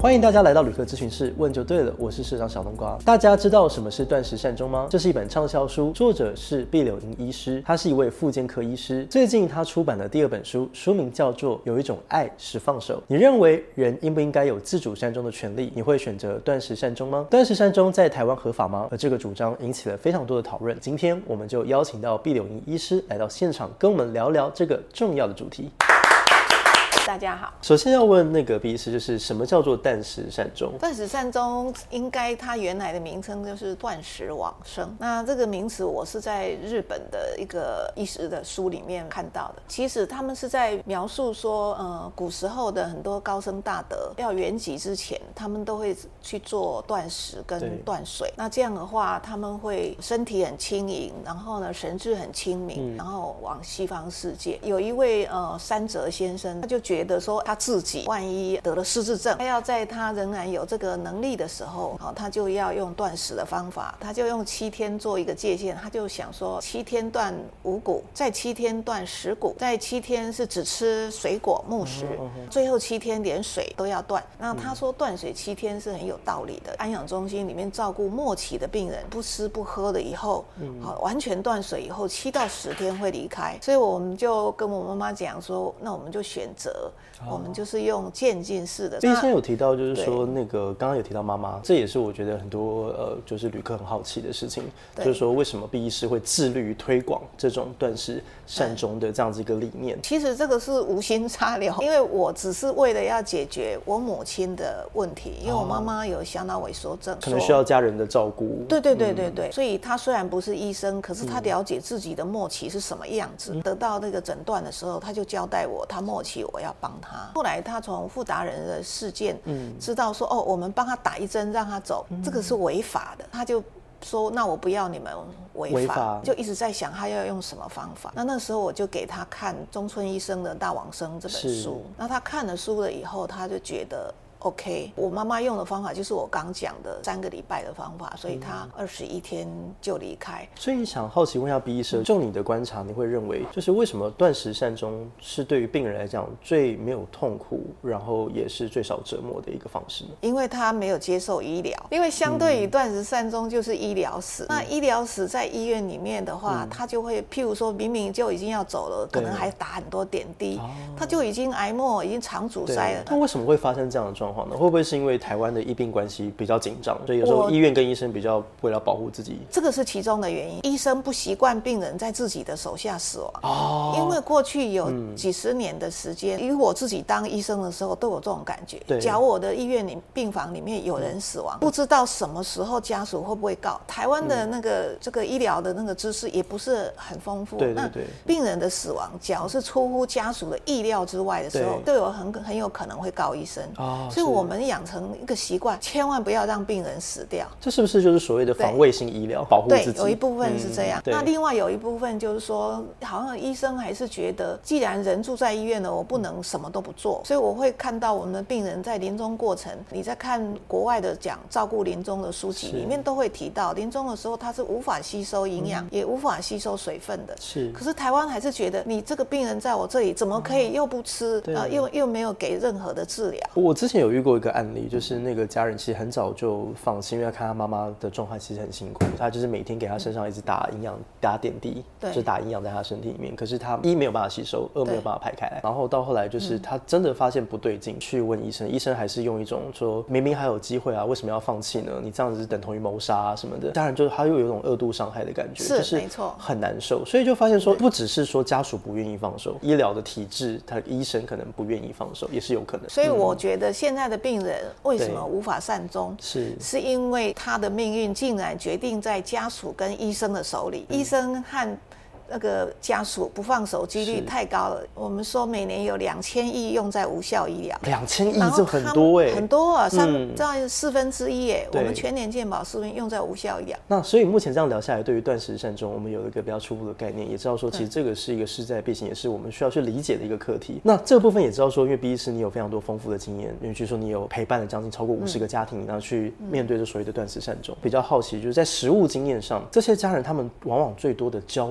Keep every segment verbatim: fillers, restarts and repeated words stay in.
欢迎大家来到旅客咨询室，问就对了，我是社长小冬瓜。大家知道什么是断食善终吗？这是一本畅销书，作者是毕柳营医师，他是一位复健科医师。最近他出版的第二本书，书名叫做《有一种爱是放手》。你认为人应不应该有自主善终的权利？你会选择断食善终吗？断食善终在台湾合法吗？而这个主张引起了非常多的讨论。今天我们就邀请到毕柳营医师来到现场，跟我们聊聊这个重要的主题。 大家好， 首先要问那个毕医师，就是什么叫做断食善终？ 断食善终应该它原来的名称就是断食往生。那这个名词我是在日本的一个医师的书里面看到的。其实他们是在描述说，呃，古时候的很多高僧大德要圆寂之前，他们都会去做断食跟断水。那这样的话，他们会身体很轻盈，然后呢神志很清明，嗯、然后往西方世界。有一位呃三泽先生，他就觉得觉得说他自己万一得了失智症，他要在他仍然有这个能力的时候，他就要用断食的方法，他就用七天做一个界限，他就想说七天断五谷，再七天断十谷，再七天是只吃水果木食，最后七天连水都要断。那他说断水七天是很有道理的。安养中心里面照顾末期的病人，不吃不喝了以后，好完全断水以后，七到十天会离开。所以我们就跟我妈妈讲说，那我们就选择。我们就是用渐进式的。 医生有提到，就是说那个刚刚有提到妈妈，这也是我觉得很多呃，就是旅客很好奇的事情，就是说为什么毕医师会致力于推广这种断食善终的这样子一个理念？ 其实这个是无心插柳，因为我只是为了要解决我母亲的问题，因为我妈妈有小脑萎缩症， 可能需要家人的照顾。 对对对对对，嗯、所以她虽然不是医生，可是她了解自己的末期是什么样子。嗯、得到那个诊断的时候，她就交代我，她末期我要帮她。后来他从傅达人的事件知道说，哦，我们帮他打一针让他走，这个是违法的。他就说，那我不要你们违法，就一直在想他要用什么方法。那那时候我就给他看中村医生的《大往生》这本书。那他看了书了以后，他就觉得OK， 我妈妈用的方法就是我刚讲的三个礼拜的方法，所以她二十一天就离开。 所以想好奇问一下毕医生，就你的观察，你会认为就是为什么断食善终是对于病人来讲最没有痛苦，然后也是最少折磨的一个方式呢？ 因为他没有接受医疗，因为相对于断食善终就是医疗死。嗯、那医疗死在医院里面的话，嗯、他就会譬如说明明就已经要走了，可能还打很多点滴，哦、他就已经癌末已经肠阻塞了。 那为什么会发生这样的状况？会不会是因为台湾的医病关系比较紧张，所以有时候医院跟医生比较为了保护自己？ 这个是其中的原因。医生不习惯病人在自己的手下死亡，哦，因为过去有几十年的时间，以、嗯、我自己当医生的时候都有这种感觉。假如我的医院里病房里面有人死亡，嗯、不知道什么时候家属会不会告。台湾的那个、嗯、这个医疗的那个知识也不是很丰富， 对对对。 那病人的死亡，假如是出乎家属的意料之外的时候，都有很很有可能会告医生。哦，所以我们养成一个习惯，千万不要让病人死掉。 这是不是就是所谓的防卫性医疗，保护自己？ 对，有一部分是这样。嗯、那另外有一部分就是说，好像医生还是觉得，既然人住在医院了，我不能什么都不做。所以我会看到我们的病人在临终过程，你在看国外的讲照顾临终的书籍里面都会提到，临终的时候他是无法吸收营养，嗯、也无法吸收水分的。是。可是台湾还是觉得，你这个病人在我这里怎么可以又不吃，嗯呃、又又没有给任何的治疗？ 我之前有遇过一个案例，就是那个家人其实很早就放弃，因为看他妈妈的状态其实很辛苦，他就是每天给他身上一直打营养、打点滴，就是打营养在他身体里面。可是他一没有办法吸收，二没有办法排开来。然后到后来就是他真的发现不对劲，去问医生，医生还是用一种说明明还有机会啊，为什么要放弃呢？你这样子是等同于谋杀啊什么的。家人就他又有一种二度伤害的感觉， 是就是没错， 很难受。所以就发现说，不只是说家属不愿意放手，医疗的体制，他医生可能不愿意放手，也是有可能。 所以我觉得现在的病人为什么无法善终，是是因为他的命运竟然决定在家属跟医生的手里，嗯、医生和那个家属不放手几率太高了。我们说每年有两千亿用在无效医疗， 两千亿这很多哎、欸， 很多啊，三在四分之一哎，我们全年健保四分用在无效医疗。 那所以目前这样聊下来，对于断食善终，我们有一个比较初步的概念，也知道说其实这个是一个势在必行，也是我们需要去理解的一个课题。那这个部分也知道说，因为毕医师你有非常多丰富的经验，因为据说你有陪伴了将近超过五十个家庭，嗯、然后去面对这所谓的断食善终。比较好奇就是在实务经验上，这些家人他们往往最多的焦虑跟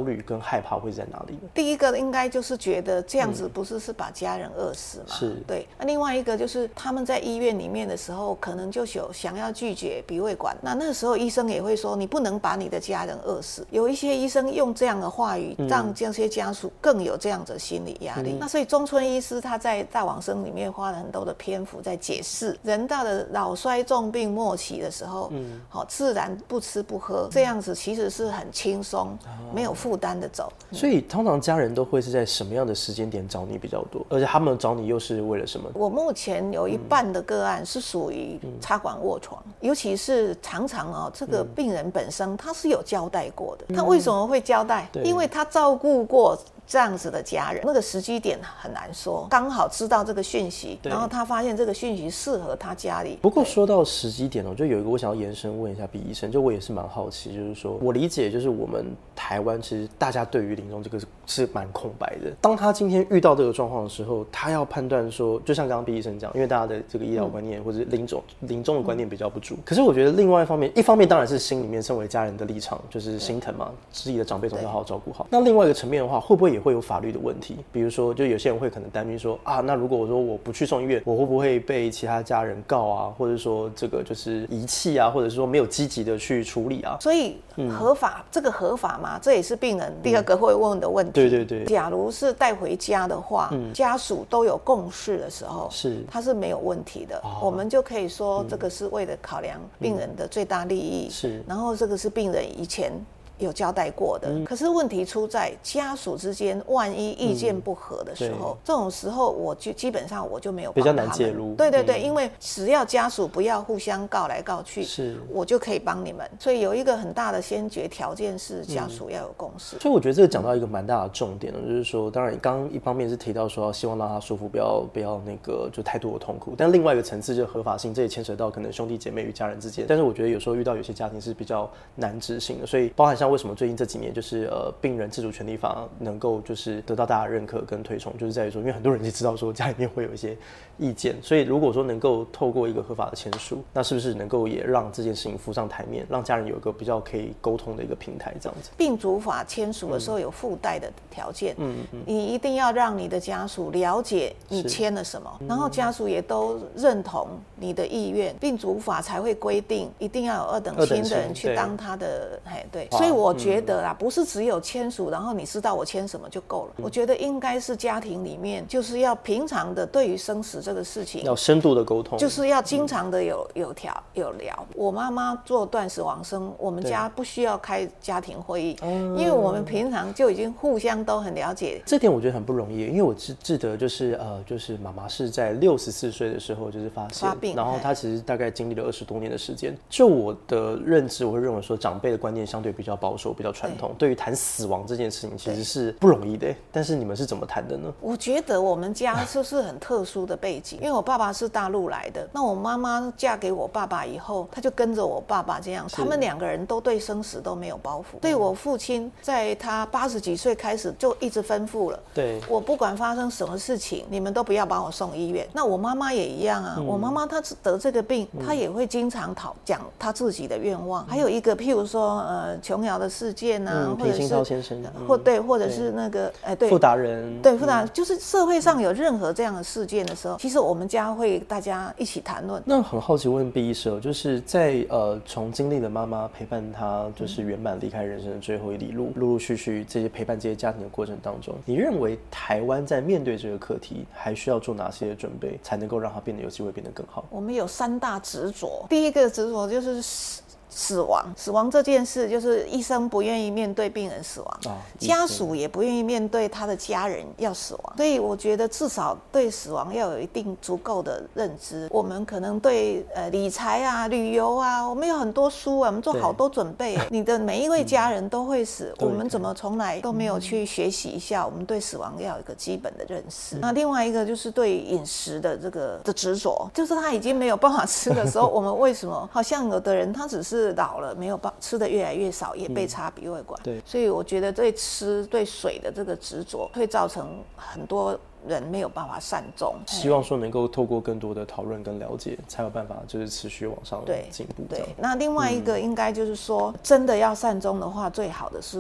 害怕会在哪里呢？ 第一个应该就是觉得这样子不是是把家人饿死嘛？ 是， 对。那另外一个就是他们在医院里面的时候，可能就有想要拒绝鼻胃管，那那时候医生也会说你不能把你的家人饿死。有一些医生用这样的话语，让这些家属更有这样的心理压力。嗯、那所以中村医师他在大往生里面花了很多的篇幅在解释，人到了老衰重病末期的时候，嗯，好、自然不吃不喝，这样子其实是很轻松、哦、没有负担的走。 所以通常家人都会是在什么样的时间点找你比较多？而且他们找你又是为了什么？ 我目前有一半的个案是属于插管卧床、嗯、尤其是常常哦，这个病人本身他是有交代过的、嗯、他为什么会交代？因为他照顾过这样子的家人，那个时机点很难说，刚好知道这个讯息，然后他发现这个讯息适合他家里。 不过说到时机点，我就有一个我想要延伸问一下毕医生，就我也是蛮好奇，就是说我理解就是我们台湾其实大家对于临终这个是蛮空白的，当他今天遇到这个状况的时候，他要判断说，就像刚刚毕医生讲，因为大家的这个医疗观念、嗯、或者临终临终的观念比较不足、嗯、可是我觉得另外一方面一方面当然是心里面身为家人的立场就是心疼嘛，自己的长辈总是要好好照顾好，那另外一个层面的话，会不会也会有法律的问题？比如说就有些人会可能担心说啊，那如果我说我不去送医院，我会不会被其他家人告啊，或者说这个就是遗弃啊，或者是说没有积极的去处理啊？ 所以合法、嗯、这个合法吗？这也是病人第二个会问的问题、嗯、对对对，假如是带回家的话、嗯、家属都有共识的时候，是它是没有问题的、哦、我们就可以说这个是为了考量病人的最大利益、嗯、是，然后这个是病人以前有交代过的、嗯、可是问题出在家属之间万一意见不合的时候、嗯、这种时候我就基本上我就没有帮他们，比较难介入。对对对、嗯、因为只要家属不要互相告来告去，是我就可以帮你们。所以有一个很大的先决条件是家属要有共识、嗯、 所以我觉得这个讲到一个蛮大的重点，就是说当然刚刚一方面是提到说希望让他舒服，不要不要那个就太多的痛苦，但另外一个层次就是合法性，这也牵扯到可能兄弟姐妹与家人之间，但是我觉得有时候遇到有些家庭是比较难执行的，所以包含像为什么最近这几年就是呃病人自主权利法能够就是得到大家的认可跟推崇，就是在于说因为很多人就知道说家里面会有一些意见，所以如果说能够透过一个合法的签署，那是不是能够也让这件事情浮上台面，让家人有一个比较可以沟通的一个平台这样子？ 病主法签署的时候有附带的条件，嗯嗯，你一定要让你的家属了解你签了什么，然后家属也都认同你的意愿，病主法才会规定一定要有二等亲的人去当他的，嘿，对，所以我觉得啦，不是只有签署，然后你知道我签什么就够了。我觉得应该是家庭里面，就是要平常的对于生死这个事情， 要深度的沟通， 就是要经常的有有条有聊。我妈妈做断食往生，我们家不需要开家庭会议，因为我们平常就已经互相都很了解。 这点我觉得很不容易，因为我记得就是呃，就是妈妈是在六十四岁的时候就是发现，发病，然后她其实大概经历了二十多年的时间。就我的认知，我会认为说长辈的观念相对比较保守，比较传统。对于谈死亡这件事情其实是不容易的，但是你们是怎么谈的呢？ 我觉得我们家就是很特殊的背景，因为我爸爸是大陆来的，那我妈妈嫁给我爸爸以后，她就跟着我爸爸这样，他们两个人都对生死都没有包袱。对我父亲，在他八十几岁开始就一直吩咐了，对我不管发生什么事情，你们都不要把我送医院。那我妈妈也一样啊，嗯、我妈妈她得这个病，嗯、她也会经常讨讲她自己的愿望。嗯、还有一个，譬如说呃琼瑶的事件啊，嗯、或者是平鑫涛先生，嗯、或对，或者是那个哎对， 傅达人， 对傅达人，嗯、就是社会上有任何这样的事件的时候，其实我们家会大家一起谈论。 那很好奇问毕医生，就是在呃从经历了妈妈陪伴他就是圆满离开人生的最后一里路，陆陆续续这些陪伴这些家庭的过程当中，你认为台湾在面对这个课题还需要做哪些准备，才能够让它变得有机会变得更好？ 我们有三大执着，第一个执着就是死亡，死亡这件事就是医生不愿意面对病人死亡，啊、家属也不愿意面对他的家人要死亡，所以我觉得至少对死亡要有一定足够的认知。我们可能对呃理财啊、旅游啊，我们有很多书啊，我们做好多准备。你的每一位家人都会死，嗯、我们怎么从来都没有去学习一下？我们对死亡要有一个基本的认识。嗯、那另外一个就是对饮食的这个的执着，就是他已经没有办法吃的时候，我们为什么好像有的人他只是老了没有吃的越来越少，也被插鼻胃管、嗯、对，所以我觉得对吃对水的这个执着会造成很多人没有办法善终。 希望说能够透过更多的讨论跟了解，才有办法就是持续往上进步。 对，对。那另外一个应该就是说、嗯、真的要善终的话，最好的是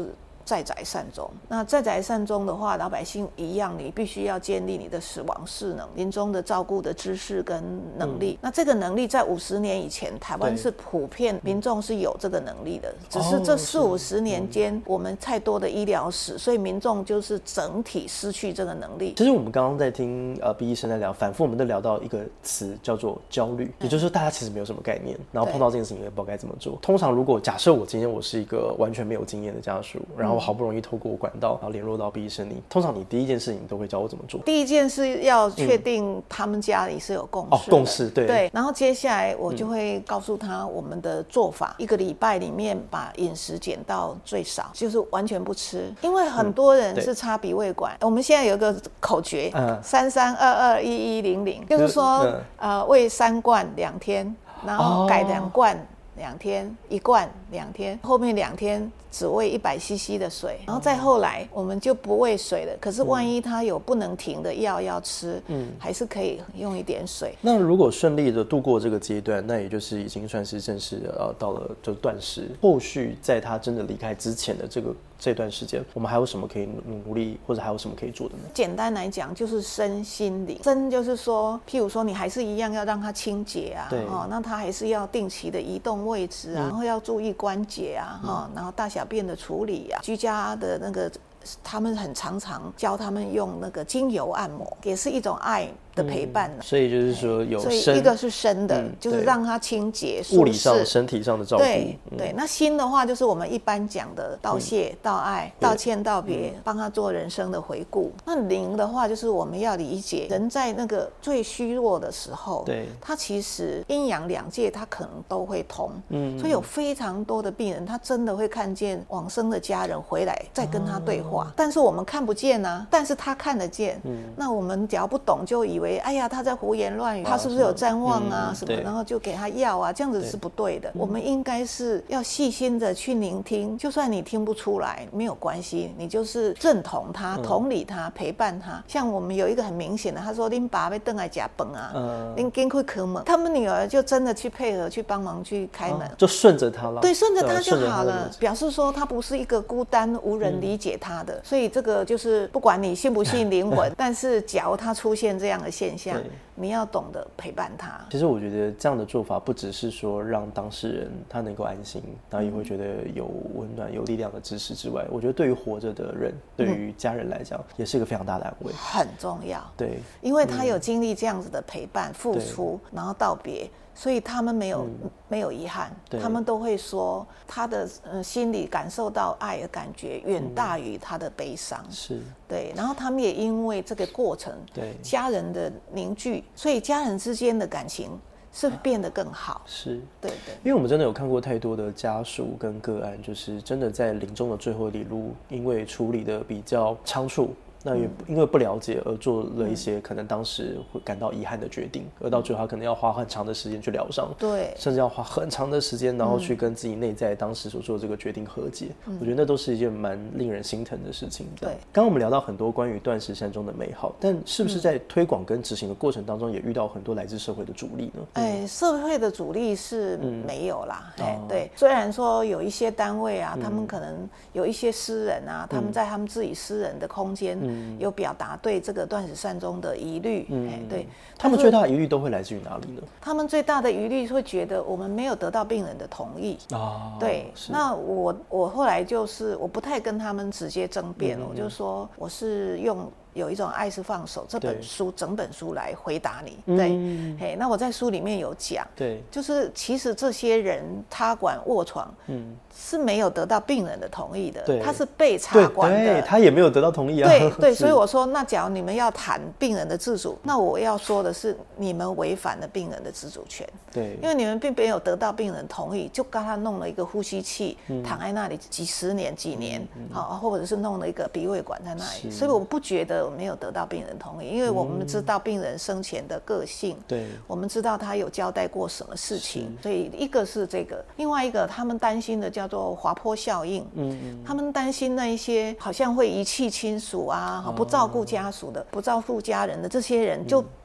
在宅善终。那在宅善终的话，老百姓一样，你必须要建立你的死亡势能、临终的照顾的知识跟能力。嗯、那这个能力在五十年以前，台湾是普遍民众是有这个能力的，只是这四五十年间，我们太多的医疗史，所以民众就是整体失去这个能力。 其实我们刚刚在听呃毕医生在聊，反复我们都聊到一个词叫做焦虑，也就是说大家其实没有什么概念，然后碰到这件事情也不知道该怎么做。通常如果假设我今天我是一个完全没有经验的家属，然后我好不容易透过管道然后联络到毕医生，你通常你第一件事情都会教我怎么做？ 第一件事要确定他们家里是有共识的、嗯、哦， 共识，对对。然后接下来我就会告诉他我们的做法，嗯、一个礼拜里面把饮食减到最少，就是完全不吃，因为很多人是插鼻胃管。嗯、我们现在有一个口诀，三三二二一一零零，就是说、嗯、呃喂三罐两天，然后改两罐两天，一罐两天，后面两天只喂一百 C C 的水，然后再后来我们就不喂水了。可是万一他有不能停的药要吃，嗯，还是可以用一点水。 那如果顺利的度过这个阶段，那也就是已经算是正式的呃到了就断食。后续在他真的离开之前的这个这段时间，我们还有什么可以努力，或者还有什么可以做的呢？ 简单来讲，就是身心灵。身就是说，譬如说你还是一样要让它清洁啊，哦，那他还是要定期的移动位置啊，嗯、然后要注意关节啊，哈、嗯，然后大小便的处理啊，居家的那个。他们很常常教他们用那个精油按摩，也是一种爱的陪伴、啊嗯、所以就是说有生， 所以一个是生的、嗯、就是让它清洁舒适， 物理上身体上的照顾。 对、嗯、对，那心的话就是我们一般讲的道谢、嗯、道爱、道歉、道别，帮他做人生的回顾。那灵的话就是我们要理解人在那个最虚弱的时候，对，他其实阴阳两界他可能都会通，嗯，所以有非常多的病人他真的会看见往生的家人回来再跟他对话、哦，但是我们看不见啊，但是他看得见。嗯，那我们只要不懂，就以为哎呀他在胡言乱语，他是不是有谵妄啊、嗯、什么，然后就给他药啊，这样子是不对的。对，我们应该是要细心的去聆听，就算你听不出来没有关系，你就是认同他、嗯、同理他、陪伴他。像我们有一个很明显的，他说恁爸要回来吃饭啊，恁赶快开门，他们女儿就真的去配合去帮忙去开门，哦、 就顺着他了。 对，顺着他就好了，表示说他不是一个孤单无人理解他的。嗯，所以这个就是不管你信不信灵魂，但是假如他出现这样的现象，你要懂得陪伴他。 其实我觉得这样的做法不只是说让当事人他能够安心，然后也会觉得有温暖有力量的支持之外，我觉得对于活着的人，对于家人来讲，也是一个非常大的安慰， 很重要。 对， 因为他有经历这样子的陪伴、付出，然后道别，所以他们没有、嗯、没有遗憾，他们都会说他的、呃、心里感受到爱的感觉远大于他的悲伤、嗯、是对，然后他们也因为这个过程，对家人的凝聚，所以家人之间的感情是变得更好。 是， 对对， 因为我们真的有看过太多的家属跟个案，就是真的在临终的最后一里路，因为处理的比较仓促，那也因为不了解而做了一些可能当时会感到遗憾的决定，而到最后他可能要花很长的时间去疗伤，对，甚至要花很长的时间，然后去跟自己内在当时所做的这个决定和解。嗯、我觉得那都是一件蛮令人心疼的事情。对，刚刚我们聊到很多关于断食善终的美好，但是不是在推广跟执行的过程当中，也遇到很多来自社会的阻力呢？ 哎、嗯，社会的阻力是没有啦。哎、嗯，对，虽然说有一些单位啊，嗯、他们可能有一些私人啊，他们在他们自己私人的空间。嗯有表达对这个断食善终的疑虑，嗯，对， 他们最大的疑虑都会来自于哪里呢？ 他们最大的疑虑会觉得我们没有得到病人的同意啊，对，那我我后来就是我不太跟他们直接争辩，嗯、我就说我是用。有一种爱是放手这本书整本书来回答你，对，嗯、嘿，那我在书里面有讲，对，就是其实这些人插管卧床，嗯，是没有得到病人的同意的，对，他是被插管的， 对，他也没有得到同意啊， 对对，所以我说，那假如你们要谈病人的自主，那我要说的是，你们违反了病人的自主权，对，因为你们并没有得到病人同意，就跟他弄了一个呼吸器，嗯、躺在那里几十年、几年，好、嗯，或者是弄了一个鼻胃管在那里，所以我不觉得。没有得到病人同意，因为我们知道病人生前的个性，对、嗯，我们知道他有交代过什么事情，所以一个是这个，另外一个他们担心的叫做滑坡效应，嗯嗯，他们担心那一些好像会遗弃亲属啊，不照顾家属的、不照顾家人的这些人就。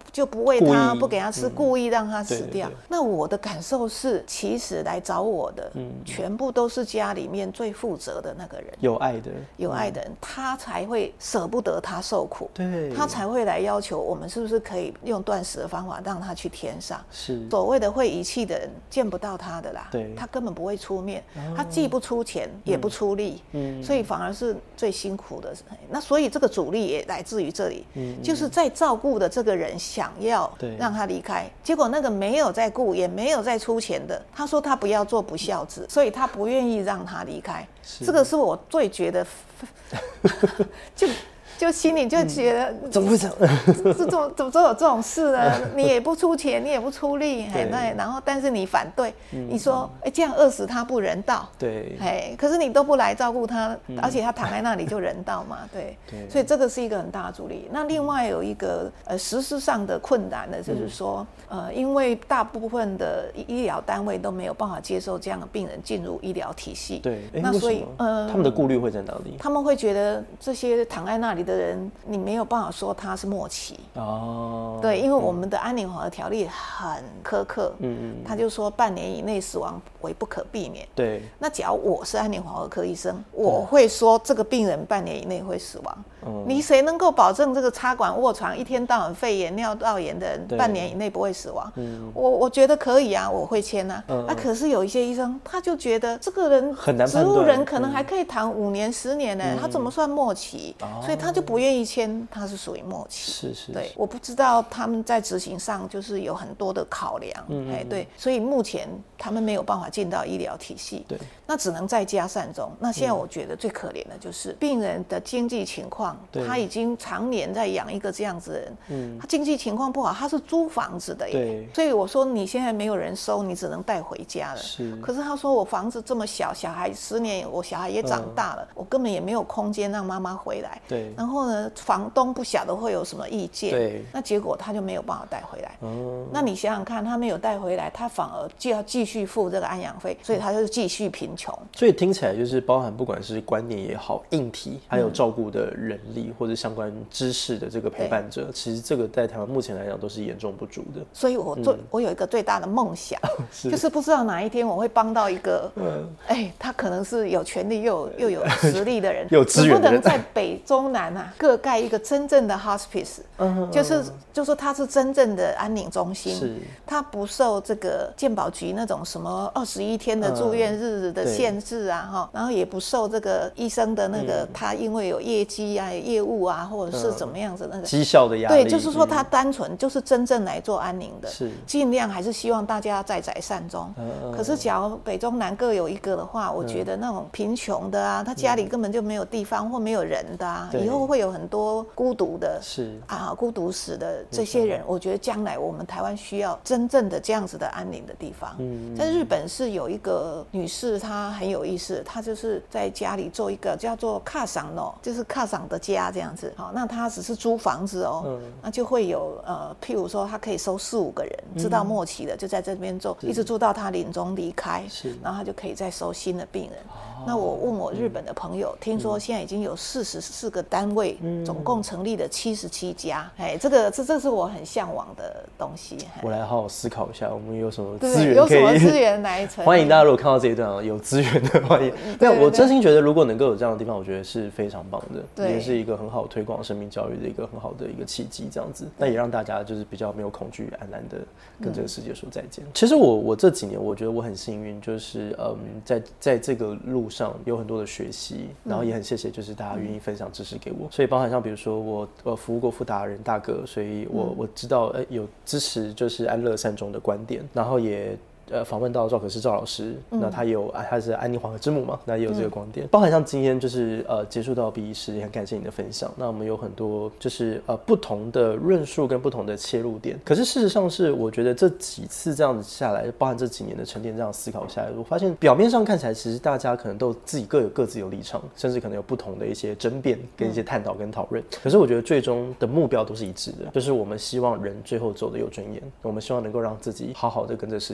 就不喂他，不给他吃，嗯、故意让他死掉。 对对对， 那我的感受是，其实来找我的，嗯、全部都是家里面最负责的那个人， 有爱的， 有爱的人，嗯、他才会舍不得他受苦， 对， 他才会来要求我们是不是可以用断食的方法让他去天上。 是所谓的会遗弃的人，见不到他的啦， 对， 他根本不会出面，哦、他既不出钱也不出力，嗯、所以反而是最辛苦的。那所以这个阻力也来自于这里，嗯、就是在照顾的这个人想要让他离开，结果那个没有在顾也没有在出钱的，他说他不要做不孝子，所以他不愿意让他离开。这个是我最觉得就就心里就觉得、 嗯、怎么会这样？ 这种怎么都有这种事呢？你也不出钱，你也不出力，那然后但是你反对，嗯、你说哎、欸、这样饿死他不人道， 对， 哎，可是你都不来照顾他，嗯、而且他躺在那里就人道嘛，对，对，所以这个是一个很大的阻力。那另外有一个呃实施上的困难的，就是说、嗯、呃，因为大部分的医疗单位都没有办法接受这样的病人进入医疗体系， 对， 那所以呃，他们的顾虑会在哪里？ 他们会觉得这些躺在那里的人，你没有办法说他是末期哦，对，因为我们的安宁缓和条例很苛刻，嗯嗯，他就说半年以内死亡为不可避免， 对。 那假如我是安宁缓和科医生，我会说这个病人半年以内会死亡，嗯、你谁能够保证这个插管卧床一天到晚肺炎、尿道炎的人半年以内不会死亡？嗯，我我觉得可以啊，我会签啊。嗯、啊，可是有一些医生他就觉得这个人很难判断， 植物人可能还可以躺五年、十年呢、嗯，他怎么算末期？哦、所以他就不愿意签，他是属于末期。 是是， 对，我不知道他们在执行上就是有很多的考量，嗯哎对，所以目前他们没有办法进到医疗体系， 对， 那只能在家善终。那现在我觉得最可怜的就是病人的经济情况，他已经常年在养一个这样子的人，嗯，他经济情况不好，他是租房子的耶，对，所以我说你现在没有人收，你只能带回家了。是，可是他说我房子这么小，小孩十年，我小孩也长大了，嗯、我根本也没有空间让妈妈回来。对，然后呢，房东不晓得会有什么意见，对，那结果他就没有办法带回来。嗯，那你想想看，他没有带回来，他反而就要继续付这个安养费，所以他就继续贫穷。 所以听起来就是包含不管是观念也好，硬体还有照顾的人力、嗯、或者相关知识的这个陪伴者，其实这个在台湾目前来讲都是严重不足的。 所以我最、嗯、我有一个最大的梦想，是就是不知道哪一天我会帮到一个，嗯，哎，他可能是有权力又有又有实力的人， 有资源的人， 能不能在北中南啊各盖一个真正的 hospice， 嗯，就是就说它是真正的安宁中心，是它不受这个健保局那种什么二十一天的住院日的限制啊，哈、嗯，然后也不受这个医生的那个、嗯、他因为有业绩啊、业务啊，或者是怎么样子那个绩效的压力， 对，就是说他单纯就是真正来做安宁的，是尽量还是希望大家在宅善终。嗯、可是假如北中南各有一个的话，我觉得那种贫穷的啊，他家里根本就没有地方或没有人的啊，以后会有很多孤独的，是啊，孤独死的这些人，我觉得将来我们台湾需要真正的这样子的安宁的地方。嗯，在日本是有一个女士，她很有意思，她就是在家里做一个叫做卡桑诺，就是卡桑的家这样子。好，那她只是租房子哦，嗯、那就会有呃，譬如说她可以收四五个人，知道末期的就在这边做，一直住到她临终离开，是，然后她就可以再收新的病人。哦、那我问我日本的朋友，嗯、听说现在已经有四十四个单位，嗯、总共成立了七十七家。哎，这个这这是我很向往的东西。 我来好好思考一下，我们有什么资源可以？ 有什么资源来成立？ 欢迎大家如果看到这一段有资源的欢迎。对，我真心觉得如果能够有这样的地方，我觉得是非常棒的，也是一个很好推广生命教育的一个很好的一个契机，这样子。那也让大家就是比较没有恐惧，安然的跟这个世界说再见。嗯、其实我我这几年我觉得我很幸运，就是嗯，在在这个路上有很多的学习，然后也很谢谢就是大家愿意分享知识给我，所以包含像比如说我我服务过傅达人大哥，所以我、嗯、我知道呃有支持就是安乐善终的观点，然后也。呃，访问到赵可式赵老师，嗯、那他有他是安宁缓和之母嘛，那也有这个观点，嗯、包含像今天就是呃结束到毕医师，也很感谢你的分享。那我们有很多就是呃不同的论述跟不同的切入点，可是事实上是我觉得这几次这样子下来，包含这几年的沉淀这样思考下来，我发现表面上看起来其实大家可能都自己各有各自有立场，甚至可能有不同的一些争辩跟一些探讨跟讨论。嗯、可是我觉得最终的目标都是一致的，就是我们希望人最后走得有尊严，我们希望能够让自己好好的跟这个世界说再见。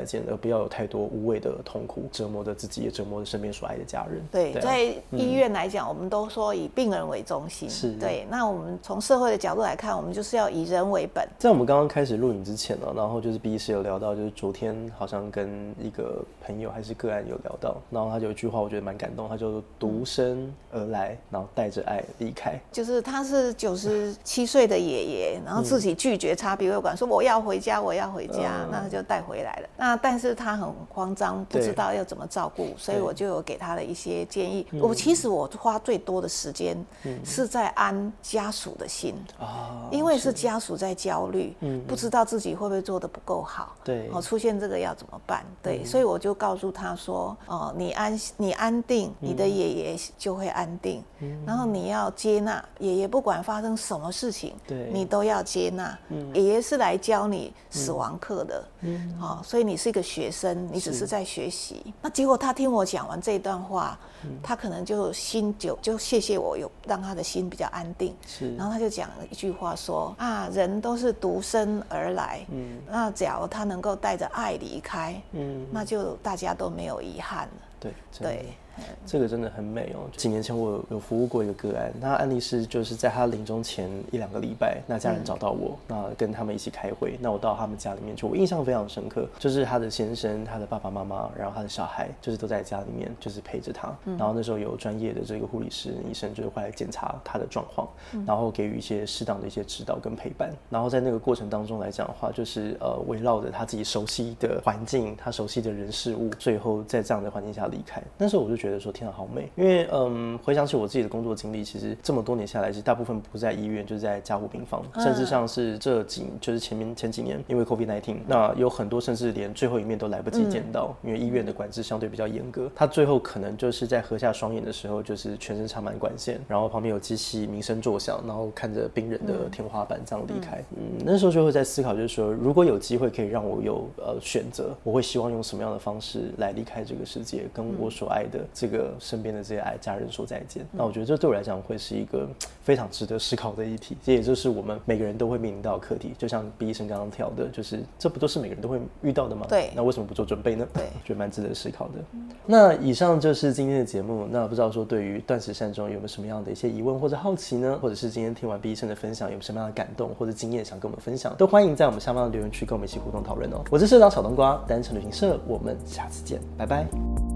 见，而不要有太多无谓的痛苦折磨着自己，也折磨着身边所爱的家人。 对， 对啊、 在医院来讲、嗯，我们都说以病人为中心。 是， 对。那我们从社会的角度来看，我们就是要以人为本。 在我们刚刚开始录影之前呢，然后就是 B 医师有聊到，就是昨天好像跟一个朋友还是个案有聊到，然后他就有一句话我觉得蛮感动，他就独身而来，然后带着爱离开。 就是他是九十七岁的爷爷，然后自己拒绝插鼻胃管，说我要回家，我要回家，嗯、那他就带回来了。那但是他很慌张，不知道要怎么照顾，所以我就有给他的一些建议。我其实我花最多的时间是在安家属的心、嗯、因为是家属在焦虑，不知道自己会不会做得不够好，对，哦，出现这个要怎么办？对，嗯、所以我就告诉他说，哦，你安你安定，你的爷爷就会安定，嗯、然后你要接纳爷爷，不管发生什么事情，对，你都要接纳。嗯、爷爷是来教你死亡课的，嗯，哦，所以你是一个学生，你只是在学习。那结果他听我讲完这一段话，嗯、他可能就心就就谢谢我，有让他的心比较安定。是，然后他就讲了一句话说啊，人都是独身而来，嗯，那假如他能够带着爱离开，嗯，那就大家都没有遗憾了。 对， 对。 这个真的很美哦。几年前我有服务过一个个案，那案例是就是在他临终前一两个礼拜，那家人找到我，嗯、那跟他们一起开会，那我到他们家里面去，我印象非常深刻，就是他的先生、他的爸爸妈妈，然后他的小孩，就是都在家里面，就是陪着他。嗯、然后那时候有专业的这个护理师、医生，就是会来检查他的状况，嗯、然后给予一些适当的一些指导跟陪伴。然后在那个过程当中来讲的话，就是呃围绕着他自己熟悉的环境，他熟悉的人事物，最后在这样的环境下离开。那时候我就觉得说，天啊，好美。因为嗯，回想起我自己的工作经历，其实这么多年下来，其实大部分不在医院，就是在加护病房，嗯、甚至像是这几就是前面前几年，因为 COVID 十九，那有很多甚至连最后一面都来不及见到，嗯、因为医院的管制相对比较严格，他最后可能就是在合下双眼的时候，就是全身插满管线，然后旁边有机器鸣声作响，然后看着病人的天花板这样离开。嗯，嗯那时候就会在思考，就是说，如果有机会可以让我有呃选择，我会希望用什么样的方式来离开这个世界，跟我所爱的这个身边的这些爱家人说再见。那我觉得这对我来讲会是一个非常值得思考的议题，这也就是我们每个人都会面临到的课题。就像毕医生刚刚跳的，就是这不都是每个人都会遇到的吗？对，那为什么不做准备呢？对，我觉得蛮值得思考的。嗯、那以上就是今天的节目。那不知道说对于断食善终有没有什么样的一些疑问或者好奇呢？或者是今天听完毕医生的分享有什么样的感动或者经验想跟我们分享，都欢迎在我们下方的留言区跟我们一起互动讨论哦。我是社长小冬瓜，单程旅行社，我们下次见，拜拜。